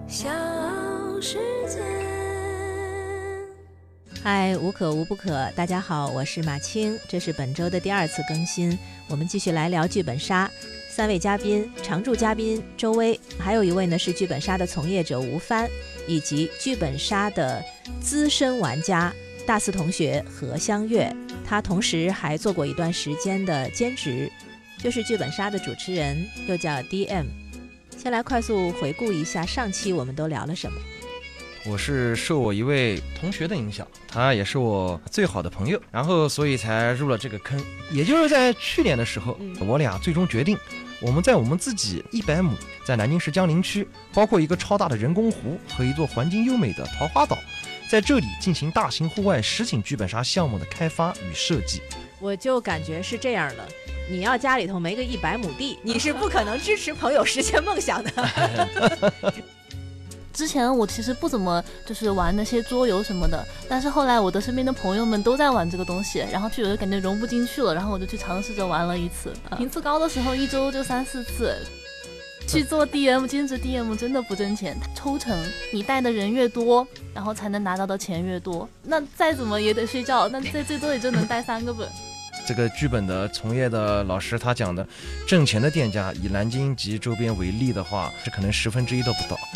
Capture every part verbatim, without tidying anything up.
小世界。 嗨，无可无不可，大家好，我是马青，这是本周的第二次更新，我们继续来聊剧本杀。三位嘉宾，常驻嘉宾周薇，还有一位呢是剧本杀的从业者吴帆，以及剧本杀的资深玩家大四同学何香月，他同时还做过一段时间的兼职，就是剧本杀的主持人，又叫 D M。 先来快速回顾一下上期我们都聊了什么。 我是受我一位同学的影响，他也是我最好的朋友，然后所以才入了这个坑。也就是在去年的时候、嗯、我俩最终决定，我们在我们自己一百亩，在南京市江陵区，包括一个超大的人工湖和一座环境优美的桃花岛，在这里进行大型户外实景剧本杀项目的开发与设计。 我就感觉是这样的，你要家里头没个一百亩地，你是不可能支持朋友实现梦想的。 之前我其实不怎么就是玩那些桌游什么的，但是后来我的身边的朋友们都在玩这个东西，然后就有感觉融不进去了，然后我就去尝试着玩了一次。频次高的时候一周就三四次。去做 D M 兼职 D M 真的不挣钱，抽成你带的人越多，然后才能拿到的钱越多，那再怎么也得睡觉，那最最多也就能带三个本。 这个剧本的从业的老师他讲的挣钱的店家，以南京及周边为例的话，是可能十分之一都不到。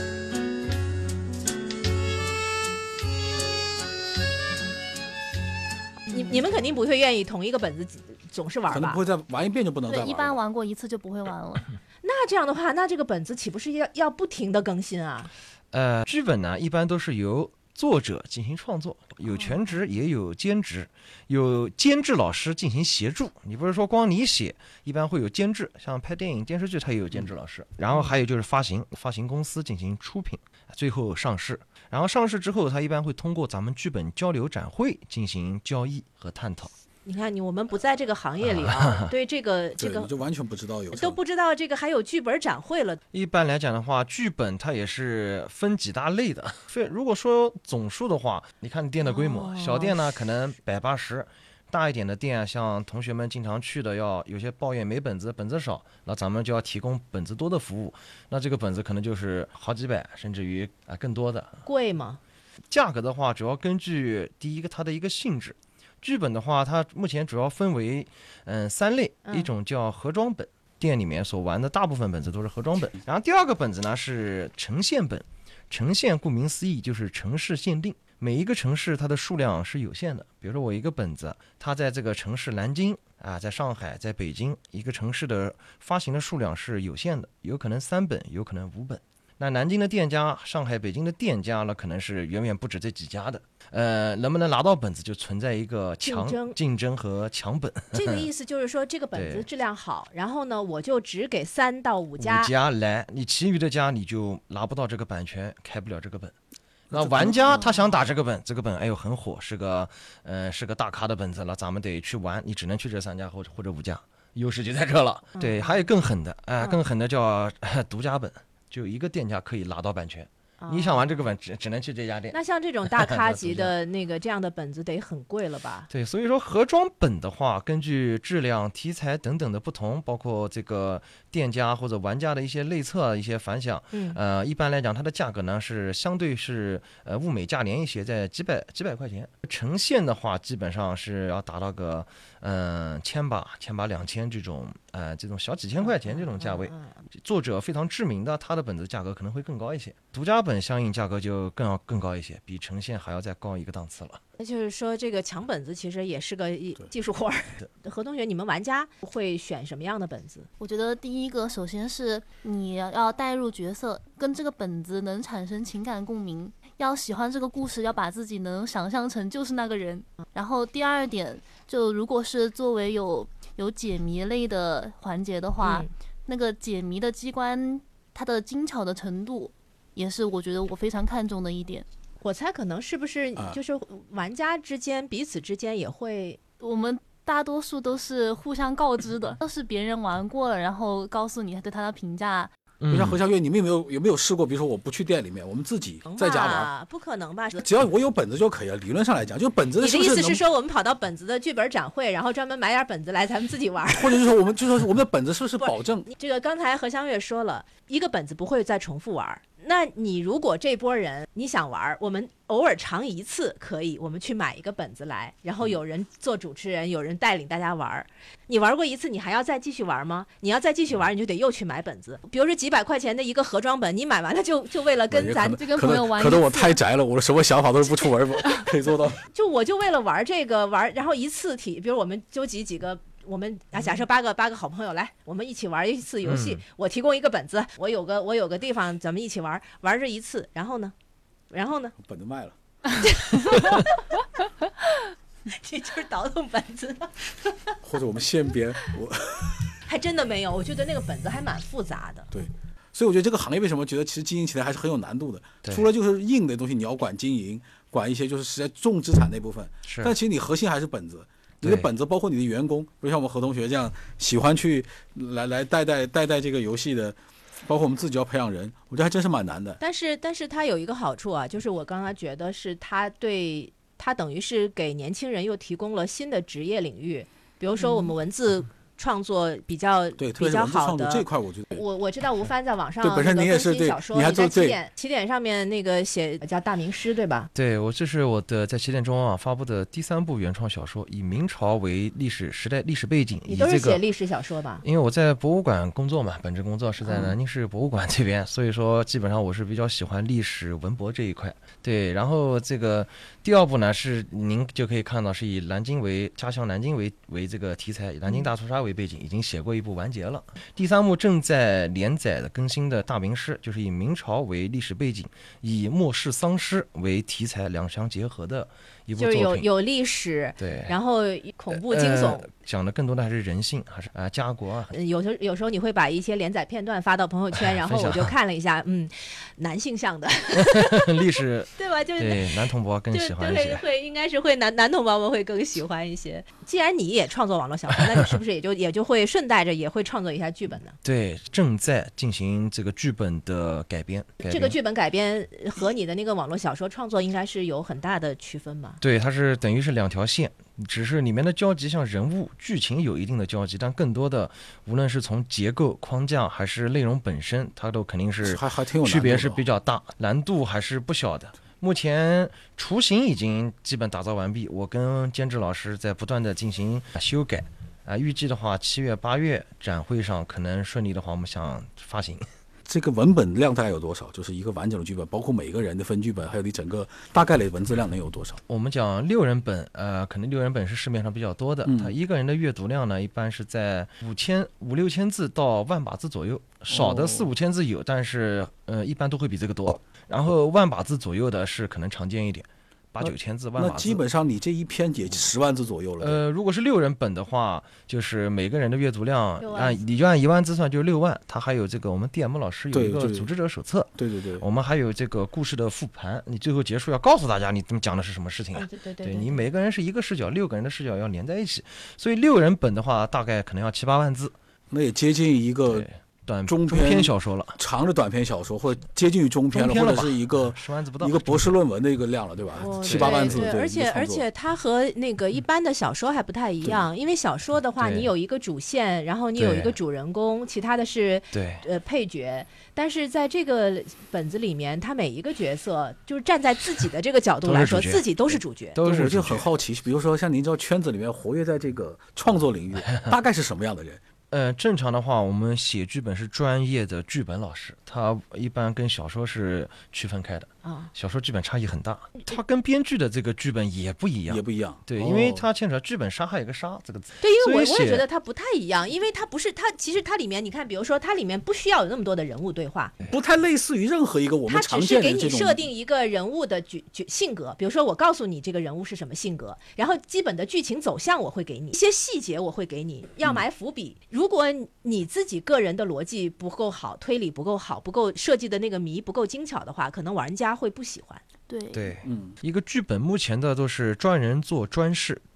你, 你们肯定不会愿意同一个本子总是玩吧？ 可能不会再玩一遍就不能再玩了。 对，一般玩过一次就不会玩了。 那这样的话，那这个本子岂不是要要不停的更新啊？ 呃，剧本呢一般都是由作者进行创作，有全职也有兼职，有监制老师进行协助。你不是说光你写，一般会有监制，像拍电影电视剧它也有监制老师。然后还有就是发行，发行公司进行出品，最后上市。然后上市之后，它一般会通过咱们剧本交流展会进行交易和探讨。 你看你我们不在这个行业里啊，对这个这个你就完全不知道有都不知道这个还有剧本展会了。 一般来讲的话，剧本它也是分几大类的。如果说总数的话，你看店的规模，哦、小店呢可能百八十，大一点的店像同学们经常去的，要有些抱怨没本子，本子少，那咱们就要提供本子多的服务。那这个本子可能就是好几百，甚至于啊更多的。 贵吗？ 价格的话，主要根据第一个它的一个性质。剧本的话，它目前主要分为嗯三类，一种叫盒装本，店里面所玩的大部分本子都是盒装本。然后第二个本子呢是呈现本，呈现顾名思义就是城市限定，每一个城市它的数量是有限的。比如说我一个本子，它在这个城市南京啊，在上海，在北京，一个城市的发行的数量是有限的，有可能三本，有可能五本。那南京的店家，上海、北京的店家呢，可能是远远不止这几家的。呃，能不能拿到本子，就存在一个强竞争、 竞争和抢本。 这个意思就是说，这个本子质量好，然后呢，我就只给三到五家。 五家来，你其余的家你就拿不到这个版权，开不了这个本。那玩家他想打这个本，这个本哎呦很火，是个呃是个大咖的本子了，咱们得去玩，你只能去这三家或者或者五家，优势就在这了。嗯、对，还有更狠的，哎、呃，更狠的叫独家本。就一个店家可以拿到版权，哦、你想玩这个本只只能去这家店。 那像这种大咖级的那个这样的本子得很贵了吧？ 对，所以说盒装本的话，根据质量、题材等等的不同，包括这个店家或者玩家的一些内测、一些反响，嗯，呃，一般来讲它的价格呢是相对是呃物美价廉一些，在几百几百块钱。呈现的话，基本上是要达到个嗯、呃、千把、千把两千这种。呃，这种小几千块钱这种价位，作者非常知名的，他的本子价格可能会更高一些，独家本相应价格就更要更高一些，比呈现还要再高一个档次了。 那就是说，这个抢本子其实也是个技术活儿。何同学，你们玩家会选什么样的本子？ 我觉得第一个，首先是你要带入角色，跟这个本子能产生情感共鸣，要喜欢这个故事，要把自己能想象成就是那个人。然后第二点，就如果是作为有有解谜类的环节的话、嗯、那个解谜的机关它的精巧的程度也是我觉得我非常看重的一点。 我猜可能是不是就是玩家之间、啊、彼此之间也会， 我们大多数都是互相告知的，都是别人玩过了然后告诉你对他的评价。 就像何小月，你们有没有有没有试过？比如说我不去店里面，我们自己在家玩， 不可能吧？ 只要我有本子就可以了。理论上来讲，就本子的是不是，你的意思是说，我们跑到本子的剧本展会，然后专门买点本子来，咱们自己玩？ 或者是说，我们就说我们的本子是不是保证？ 这个刚才何香月说了，一个本子不会再重复玩， 那你如果这波人你想玩，我们偶尔尝一次可以，我们去买一个本子来，然后有人做主持人，有人带领大家玩。你玩过一次，你还要再继续玩吗？你要再继续玩，你就得又去买本子。比如说几百块钱的一个盒装本，你买完了就就为了跟咱就跟朋友玩一次。 可能我太宅了，我的什么想法都是不出门可以做到。 就我就为了玩这个玩，然后一次体，比如我们纠集几个。我们啊，假设八个八个好朋友来，我们一起玩一次游戏。嗯、我提供一个本子，我有个我有个地方，咱们一起玩，玩这一次。然后呢，然后呢？ 本子卖了。 这就是倒腾本子。 或者我们现编，我还真的没有。我觉得那个本子还蛮复杂的。 对，所以我觉得这个行业为什么觉得其实经营起来还是很有难度的。除了就是硬的东西，你要管经营，管一些就是实在重资产那部分。 是。 但其实你核心还是本子。你的本子包括你的员工，比如像我们何同学这样喜欢去来来带带带带这个游戏的，包括我们自己要培养人，我觉得还真是蛮难的。 但是但是它有一个好处啊，就是我刚刚觉得是它对它等于是给年轻人又提供了新的职业领域，比如说我们文字。嗯创作比较对比较好的这块，我觉得我我知道吴帆在网上对本身你也是对， 你还在起点起点上面那个写叫大明诗对吧？ 对，我这是我的在起点中网发布的第三部原创小说，以明朝为历史时代历史背景。 你都是写历史小说吧？ 因为我在博物馆工作嘛，本职工作是在南京市博物馆这边，嗯、所以说基本上我是比较喜欢历史文博这一块。对，然后这个第二部呢是您就可以看到是以南京为家乡南京为为这个题材，以南京大屠杀为背景，已经写过一部完结了。第三部正在连载的更新的大明诗，就是以明朝为历史背景，以末世丧尸为题材，两相结合的一部作品。 就是有有历史， 对， 然后恐怖惊悚。 呃讲的更多的还是人性，还是啊、呃、家国啊。 有时候有时候你会把一些连载片段发到朋友圈，然后我就看了一下，嗯，男性向的历史， 对吧？就是对男同胞更喜欢一些， 会会应该是会男男同胞们会更喜欢一些。既然你也创作网络小说，那你是不是也就也就会顺带着也会创作一下剧本呢？ 对，正在进行这个剧本的改编。改编这个剧本改编和你的那个网络小说创作应该是有很大的区分吧？ 对，它是等于是两条线。只是里面的交集，像人物、剧情有一定的交集，但更多的，无论是从结构、框架还是内容本身，它都肯定是还还挺有区别是比较大，难度还是不小的。目前雏形已经基本打造完毕，我跟监制老师在不断的进行修改，啊、呃，预计的话七月八月展会上可能顺利的话，我们想发行。 这个文本量大概有多少？就是一个完整的剧本，包括每一个人的分剧本，还有你整个大概的文字量能有多少？ 我们讲六人本，呃，可能六人本是市面上比较多的，嗯、它一个人的阅读量呢，一般是在五千五六千字到万把字左右，少的四五千字有，但是呃，一般都会比这个多。然后万把字左右的是可能常见一点。八九千字，万把字， 那基本上你这一篇也十万字左右了。 呃，如果是六人本的话，就是每个人的阅读量按你就按一万字算，就是六万。他还有这个我们 D M 老师有一个组织者手册， 对对 对, 对， 我们还有这个故事的复盘，你最后结束要告诉大家你怎么讲的是什么事情啊？ 对对 对, 对, 对, 对你每个人是一个视角，六个人的视角要连在一起，所以六人本的话大概可能要七八万字， 那也接近一个。 短中篇小说了， 长的短篇小说，或者接近于中篇了， 了或者是一个十万字不到一个博士论文的一个量了，对吧？ 哦、 七八万字， 对， 对而且而且它和那个一般的小说还不太一样，因为小说的话，你有一个主线，然后你有一个主人公，其他的是对呃配角，但是在这个本子里面，他每一个角色就是站在自己的这个角度来说，自己都是主角。 都是我就很好奇，比如说像您知道圈子里面活跃在这个创作领域，大概是什么样的人？ 呃，正常的话，我们写剧本是专业的剧本老师，他一般跟小说是区分开的啊。小说剧本差异很大，他跟编剧的这个剧本也不一样， 也不一样。 对，因为他牵扯剧本杀还有个杀这个字。 对，因为我我也觉得它不太一样，因为它不是它其实它里面你看，比如说它里面不需要有那么多的人物对话， 不太类似于任何一个我们常见的这种。 它只是给你设定一个人物的剧剧性格，比如说我告诉你这个人物是什么性格，然后基本的剧情走向我会给你一些细节，我会给你要埋伏笔。嗯、如果你你自己个人的逻辑不够好，推理不够好，不够设计的那个谜不够精巧的话，可能玩家会不喜欢。 对对， 嗯， 一个剧本目前的都是专人做专事，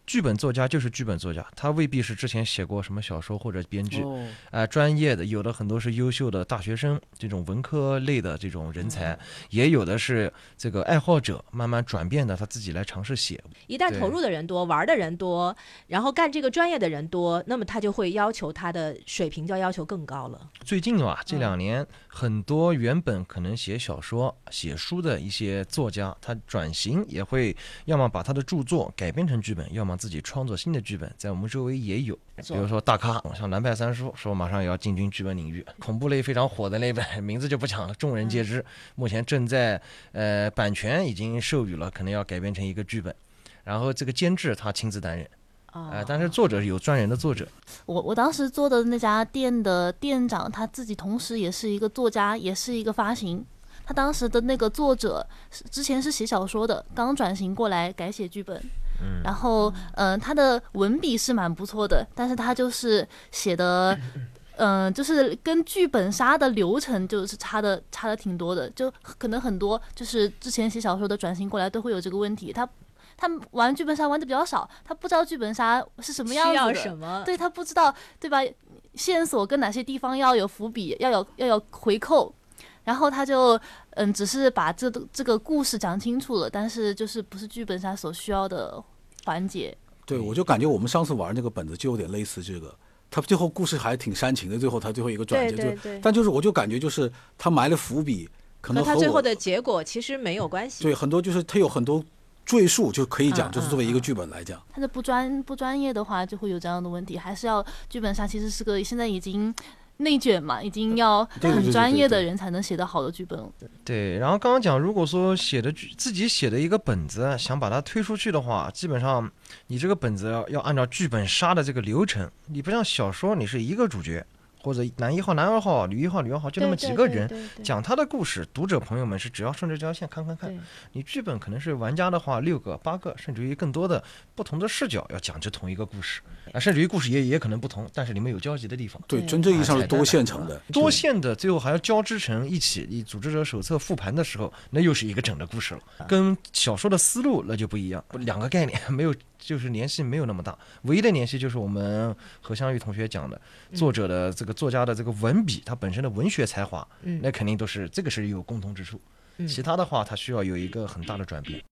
剧本作家就是剧本作家，他未必是之前写过什么小说或者编剧， 哦， 呃，专业的有的很多是优秀的大学生，这种文科类的这种人才，也有的是这个爱好者，慢慢转变的他自己来尝试写。 一旦投入的人多，玩的人多，然后干这个专业的人多，那么他就会要求他的水平就要要求更高了。 最近啊，这两年很多原本可能写小说、写书的一些作家，他转型也会要么把他的著作改编成剧本，要么自己创作新的剧本，在我们周围也有。比如说大咖，像南派三叔说马上也要进军剧本领域，恐怖类非常火的那本名字就不讲了，众人皆知。目前正在呃版权已经授予了，可能要改编成一个剧本，然后这个监制他亲自担任。啊、呃，但是作者有专人的作者。 我我当时做的那家店的店长，他自己同时也是一个作家，也是一个发行。他当时的那个作者之前是写小说的，刚转型过来改写剧本。嗯，然后嗯、呃，他的文笔是蛮不错的，但是他就是写的，嗯、呃，就是跟剧本杀的流程就是差的差的挺多的，就可能很多就是之前写小说的转型过来都会有这个问题。他他玩剧本杀玩的比较少，他不知道剧本杀是什么样子的， 需要什么， 对，他不知道，对吧？线索跟哪些地方要有伏笔，要有要有回扣。然后他就嗯，只是把这这个故事讲清楚了，但是就是不是剧本杀所需要的环节。 对，我就感觉我们上次玩那个本子就有点类似这个，他最后故事还挺煽情的，最后他最后一个转折， 对对对， 但就是我就感觉就是他埋了伏笔，可能和他最后的结果其实没有关系。 对，很多就是他有很多赘述就可以讲，嗯、就是作为一个剧本来讲， 他的不专不专业的话就会有这样的问题，还是要剧本杀其实是个现在已经内卷嘛，已经要很专业的人才能写得好的剧本。 对，然后刚刚讲，如果说写的剧自己写的一个本子，想把它推出去的话，基本上你这个本子要要按照剧本杀的这个流程，你不像小说，你是一个主角。或者男一号、男二号、女一号、女二号，就那么几个人讲他的故事，读者朋友们是只要顺着这条线看看看。你剧本可能是玩家的话，六个、八个，甚至于更多的不同的视角要讲这同一个故事啊，甚至于故事也也可能不同，但是你们有交集的地方。 对，真正意义上是多线程的， 多线的，最后还要交织成一起。你组织者手册复盘的时候，那又是一个整的故事了，跟小说的思路那就不一样，两个概念没有。就是联系没有那么大，唯一的联系就是我们何香玉同学讲的，作者的这个作家的这个文笔，他本身的文学才华，嗯，那肯定都是这个是有共同之处。嗯，其他的话，他需要有一个很大的转变。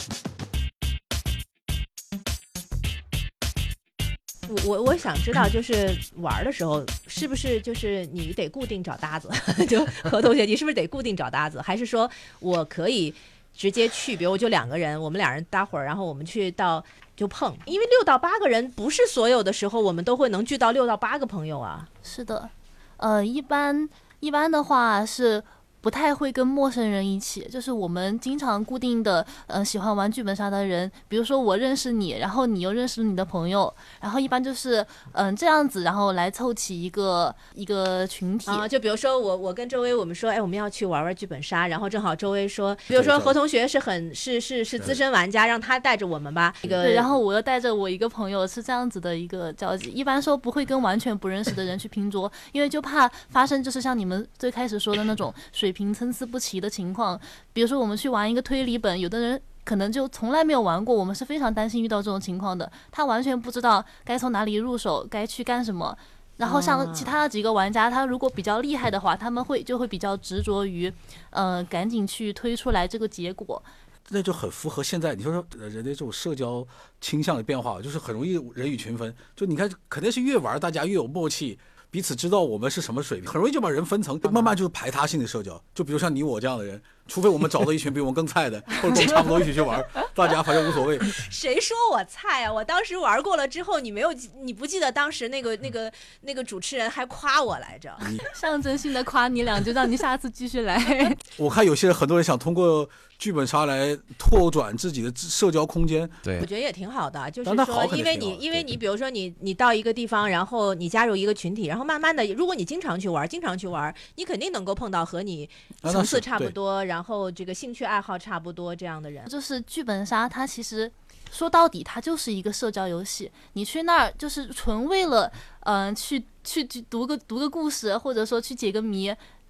我我我想知道，就是玩的时候是不是就是你得固定找搭子？就何同学，你是不是得固定找搭子？还是说我可以直接去，比如我就两个人，我们俩人搭伙儿，然后我们去到。就碰，因为六到八个人不是所有的时候我们都会能聚到六到八个朋友啊。 是的，呃，一般一般的话是不太会跟陌生人一起，就是我们经常固定的，呃，喜欢玩剧本杀的人，比如说我认识你，然后你又认识你的朋友，然后一般就是嗯、呃、这样子，然后来凑齐一个一个群体啊。就比如说我我跟周薇我们说，哎，我们要去玩玩剧本杀，然后正好周薇说，比如说何同学是很是是是资深玩家，让他带着我们吧。一个对，然后我又带着我一个朋友，是这样子的一个交集。一般说不会跟完全不认识的人去拼桌，因为就怕发生就是像你们最开始说的那种水平参差不齐的情况。比如说我们去玩一个推理本，有的人可能就从来没有玩过，我们是非常担心遇到这种情况的，他完全不知道该从哪里入手，该去干什么。然后像其他的几个玩家，他如果比较厉害的话，他们会就会比较执着于呃赶紧去推出来这个结果。 那就很符合现在你说说人的这种社交倾向的变化，就是很容易人以群分。就你看，肯定是越玩大家越有默契，彼此知道我们是什么水平，很容易就把人分层，慢慢就是排他性的社交。就比如像你我这样的人，除非我们找到一群比我们更菜的，或者跟我差不多一起去玩，大家反正无所谓。 谁说我菜啊？我当时玩过了之后，你没有，你不记得当时那个那个那个主持人还夸我来着， 象征性的夸你两句，让你下次继续来。 我看有些人，很多人想通过剧本杀来拓展自己的社交空间。 对， 我觉得也挺好的，就是说，因为你因为你比如说你你到一个地方，然后你加入一个群体，然后慢慢的，如果你经常去玩，经常去玩，你肯定能够碰到和你层次差不多，然后这个兴趣爱好差不多这样的人。 就是剧本杀，它其实说到底，它就是一个社交游戏。你去那儿就是纯为了，嗯、呃，去去去读个读个故事，或者说去解个谜。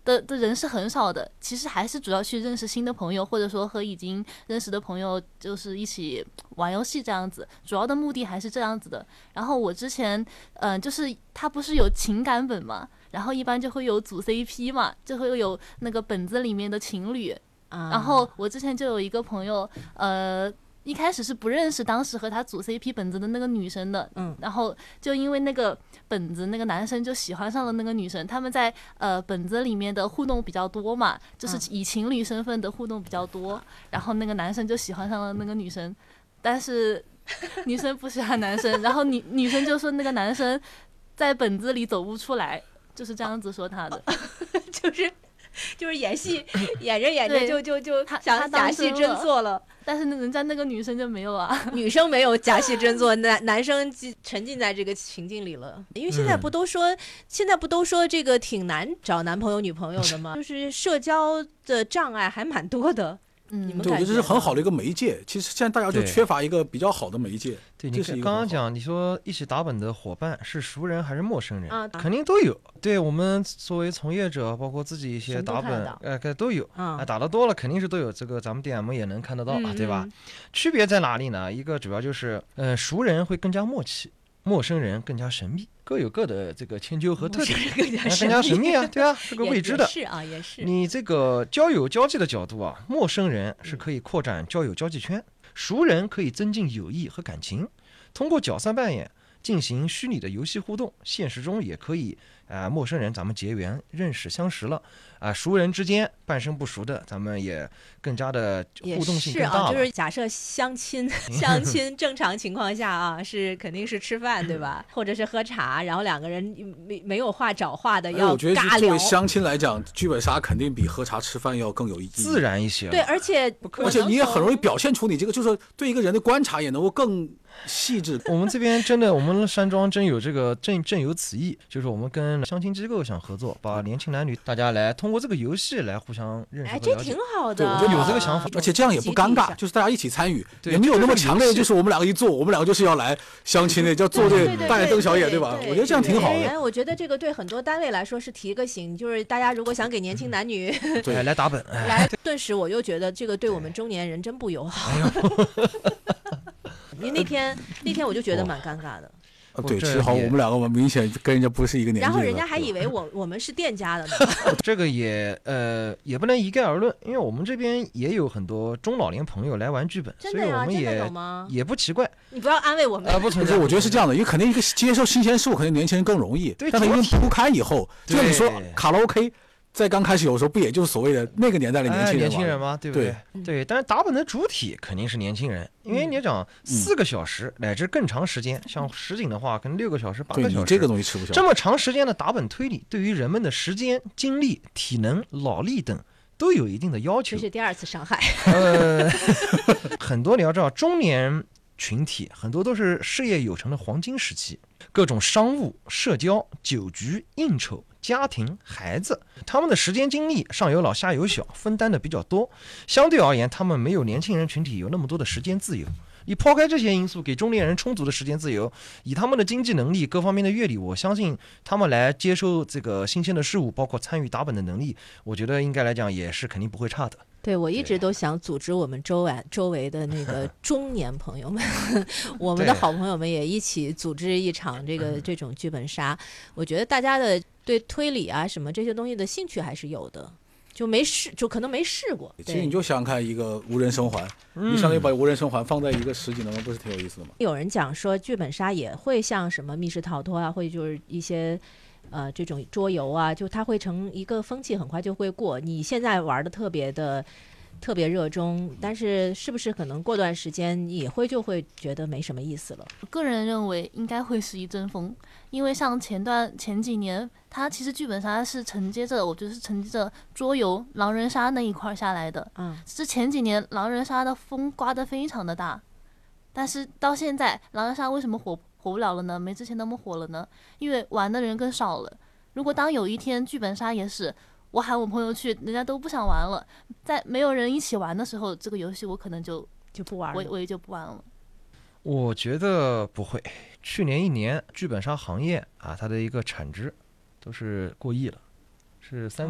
的的人是很少的，其实还是主要去认识新的朋友，或者说和已经认识的朋友就是一起玩游戏这样子，主要的目的还是这样子的。然后我之前嗯、呃，就是它不是有情感本嘛，然后一般就会有组 C P 嘛，就会有那个本子里面的情侣。 啊、 然后我之前就有一个朋友，呃。一开始是不认识当时和他组 C P 本子的那个女生的， 嗯， 然后就因为那个本子，那个男生就喜欢上了那个女生，他们在呃本子里面的互动比较多嘛，就是以情侣身份的互动比较多，然后那个男生就喜欢上了那个女生，但是女生不喜欢男生，然后女女生就说那个男生在本子里走不出来，就是这样子说他的， 就是就是演戏演着演着就就就想假戏真做了。 但是人家那个女生就没有啊， 女生没有假戏真做，男男生沉浸在这个情境里了。因为现在不都说，嗯、现在不都说这个挺难找男朋友女朋友的吗？就是社交的障碍还蛮多的。嗯，你们对，我觉得这是很好的一个媒介。其实现在大家就缺乏一个比较好的媒介。 对，你刚刚讲，你说一起打本的伙伴是熟人还是陌生人？ 啊， 肯定都有。对我们作为从业者，包括自己一些打本，呃，都有。啊、呃，打得多了肯定是都有。这个咱们 D M 也能看得到啊， 嗯、 对吧？区别在哪里呢？一个主要就是，呃，熟人会更加默契。陌生人更加神秘，各有各的这个迁就和特点， 更加更加神秘啊，对啊，这个未知的。 是啊，也是。 你这个交友交际的角度啊，陌生人是可以扩展交友交际圈，熟人可以增进友谊和感情。通过角色扮演进行虚拟的游戏互动，现实中也可以啊、呃，陌生人咱们结缘认识相识了啊、呃，熟人之间半生不熟的，咱们也更加的互动性更大了。 是啊，就是假设相亲，相亲正常情况下啊，是肯定是吃饭对吧？或者是喝茶，然后两个人没没有话找话的要尬聊。 我觉得作为相亲来讲，剧本杀肯定比喝茶吃饭要更有意义， 自然一些。 对，而且而且你也很容易表现出你这个，就是对一个人的观察也能够更细致。 我们这边真的，我们山庄真有这个正正有此意，就是我们跟相亲机构想合作，把年轻男女大家来通过这个游戏来互相认识和了解。 哎，这挺好的。 对，我觉得有这个想法， 而且这样也不尴尬，就是大家一起参与，也没有那么强烈，就是我们两个一做，我们两个就是要来相亲的，叫做这大眼瞪小眼，对吧？我觉得这样挺好的。 哎，我觉得这个对很多单位来说是提个醒，就是大家如果想给年轻男女对来打本， 来，顿时我又觉得这个对我们中年人真不友好。因为那天那天我就觉得蛮尴尬的。 对，其实好，我们两个明显跟人家不是一个年纪。 然后人家还以为我我们是店家的呢。 这个也呃也不能一概而论，因为我们这边也有很多中老年朋友来玩剧本， 真的呀， 所以我们也也不奇怪。 你不要安慰我们啊，不存在。 我觉得是这样的，因为肯定一个接受新鲜事物，肯定年轻人更容易。 对， 但他因为铺开以后，就像你说卡拉 OK。在刚开始有时候不也就是所谓的那个年代的年轻人、 哎、年轻人吗？对不对？对，对，但是打本的主体肯定是年轻人，因为你讲四个小时、嗯、乃至更长时间，像实景的话，可能六个小时、八个小时， 对你这个东西吃不消。 这么长时间的打本推理，对于人们的时间、精力、体能、脑力等都有一定的要求。 这是第二次伤害。 呃，很多你要知道，中年群体很多都是事业有成的黄金时期，各种商务、社交、酒局、应酬。家庭、孩子，他们的时间精力上有老下有小，分担的比较多。相对而言，他们没有年轻人群体有那么多的时间自由。你抛开这些因素，给中年人充足的时间自由，以他们的经济能力、各方面的阅历，我相信他们来接受这个新鲜的事物，包括参与打本的能力，我觉得应该来讲也是肯定不会差的。 对，我一直都想组织我们周围周围的那个中年朋友们，我们的好朋友们也一起组织一场这个这种剧本杀。我觉得大家的对推理啊什么这些东西的兴趣还是有的，就没试，就可能没试过。 其实你就想看一个无人生还，嗯、你相当于把无人生还放在一个实景当中，不是挺有意思的吗？ 有人讲说剧本杀也会像什么密室逃脱啊，会就是一些。呃，这种桌游啊，就它会成一个风气，很快就会过。你现在玩的特别的、特别热衷，但是是不是可能过段时间也会就会觉得没什么意思了？ 个人认为应该会是一阵风，因为像前段前几年，它其实剧本杀是承接着，我觉得是承接着桌游、狼人杀那一块下来的。嗯，是前几年狼人杀的风刮得非常的大，但是到现在狼人杀为什么火？火不了了呢？没之前那么火了呢？因为玩的人更少了。如果当有一天剧本杀也是我喊我朋友去，人家都不想玩了，在没有人一起玩的时候，这个游戏我可能就就不玩了， 我我也就不玩了。 我觉得不会。去年一年剧本杀行业啊，它的一个产值都是过亿了，是三个亿，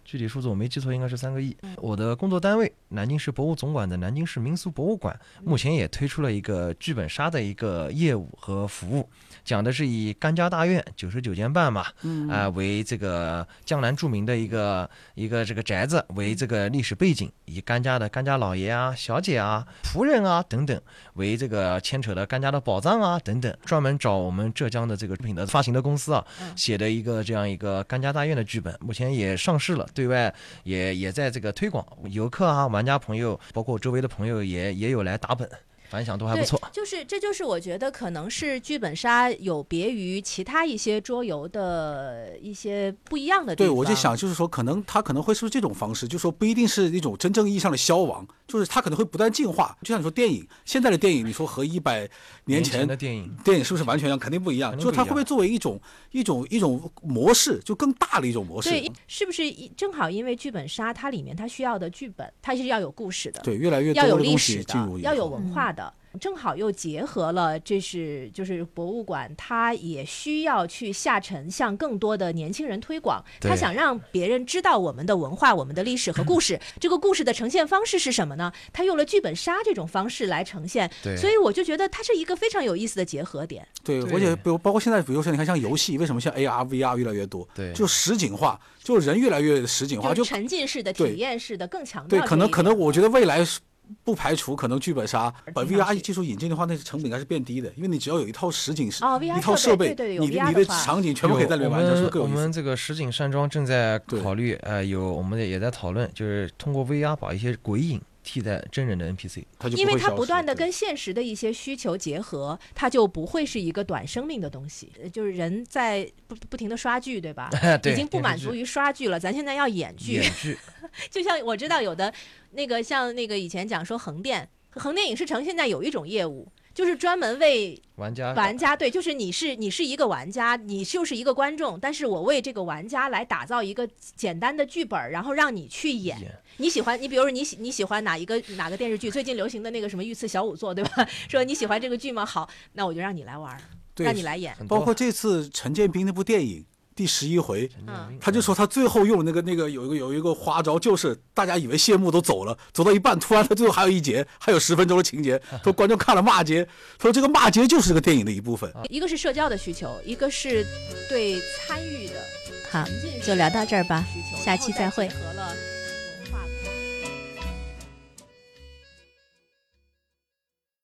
具体数字我没记错，应该是三个亿。我的工作单位南京市博物总馆的南京市民俗博物馆，目前也推出了一个剧本杀的一个业务和服务，讲的是以甘家大院九十九间半嘛， 嗯啊、呃、为这个江南著名的一个一个这个宅子为这个历史背景，以甘家的甘家老爷啊、小姐啊、仆人啊等等为这个牵扯的甘家的宝藏啊等等，专门找我们浙江的这个品的发行的公司啊写的一个这样一个甘家大院的剧本，目前也上市了，对外也也在这个推广，游客啊、玩家朋友，包括周围的朋友也也有来打本。反响都还不错， 就是这就是我觉得可能是剧本杀有别于其他一些桌游的一些不一样的地方。 对，我就想就是说，可能它可能会是不是这种方式，就是说不一定是一种真正意义上的消亡，就是它可能会不断进化。就像你说电影，现在的电影，你说和一百年前的电影， 电影是不是完全一样？肯定不一样。就是它会不会作为一种一种一种模式，就更大的一种模式？ 对，是不是正好因为剧本杀它里面它需要的剧本，它是要有故事的， 对，越来越多要有的东历史西进入的，要有文化的。正好又结合了，这是就是博物馆，它也需要去下沉向更多的年轻人推广，他想让别人知道我们的文化、我们的历史和故事。这个故事的呈现方式是什么呢？他用了剧本杀这种方式来呈现，所以我就觉得它是一个非常有意思的结合点。 对，而且比如包括现在，比如说你看像游戏，为什么像 A R、V R 越来越多？ 对， 就实景化，就人越来越实景化， 就沉浸式的、体验式的更强调。 对，可能可能我觉得未来不排除可能剧本杀把 V R 技术引进的话，那成本应该是变低的，因为你只要有一套实景式、 哦、 一套设备， 对对你的你的场景全部可以在里面完成。 我们我们这个实景山庄正在考虑，呃，有我们也在讨论，就是通过 V R 把一些鬼影替代真人的 N P C， 它就因为它不断的跟现实的一些需求结合，它就不会是一个短生命的东西。就是人在不不停的刷剧，对吧？ 对， 已经不满足于刷剧了，咱现在要演剧。 演剧， 就像我知道有的那个像那个以前讲说横店。横店影视城现在有一种业务，就是专门为玩家玩家对，就是你是你是一个玩家，你就是一个观众，但是我为这个玩家来打造一个简单的剧本，然后让你去演。演你喜欢，你比如说你喜你喜欢哪一个哪个电视剧，最近流行的那个什么御赐小仵作，对吧？说你喜欢这个剧吗？好，那我就让你来玩，让你来演。 包括这次陈建斌那部电影。第十一回， 嗯、 他就说他最后用那个那个有一个有一个花招，就是大家以为谢幕都走了，走到一半，突然他最后还有一节，还有十分钟的情节，说观众看了骂街，说这个骂街就是这个电影的一部分。 一个是社交的需求，一个是对参与的。 好，就聊到这儿吧，下期再会。 和了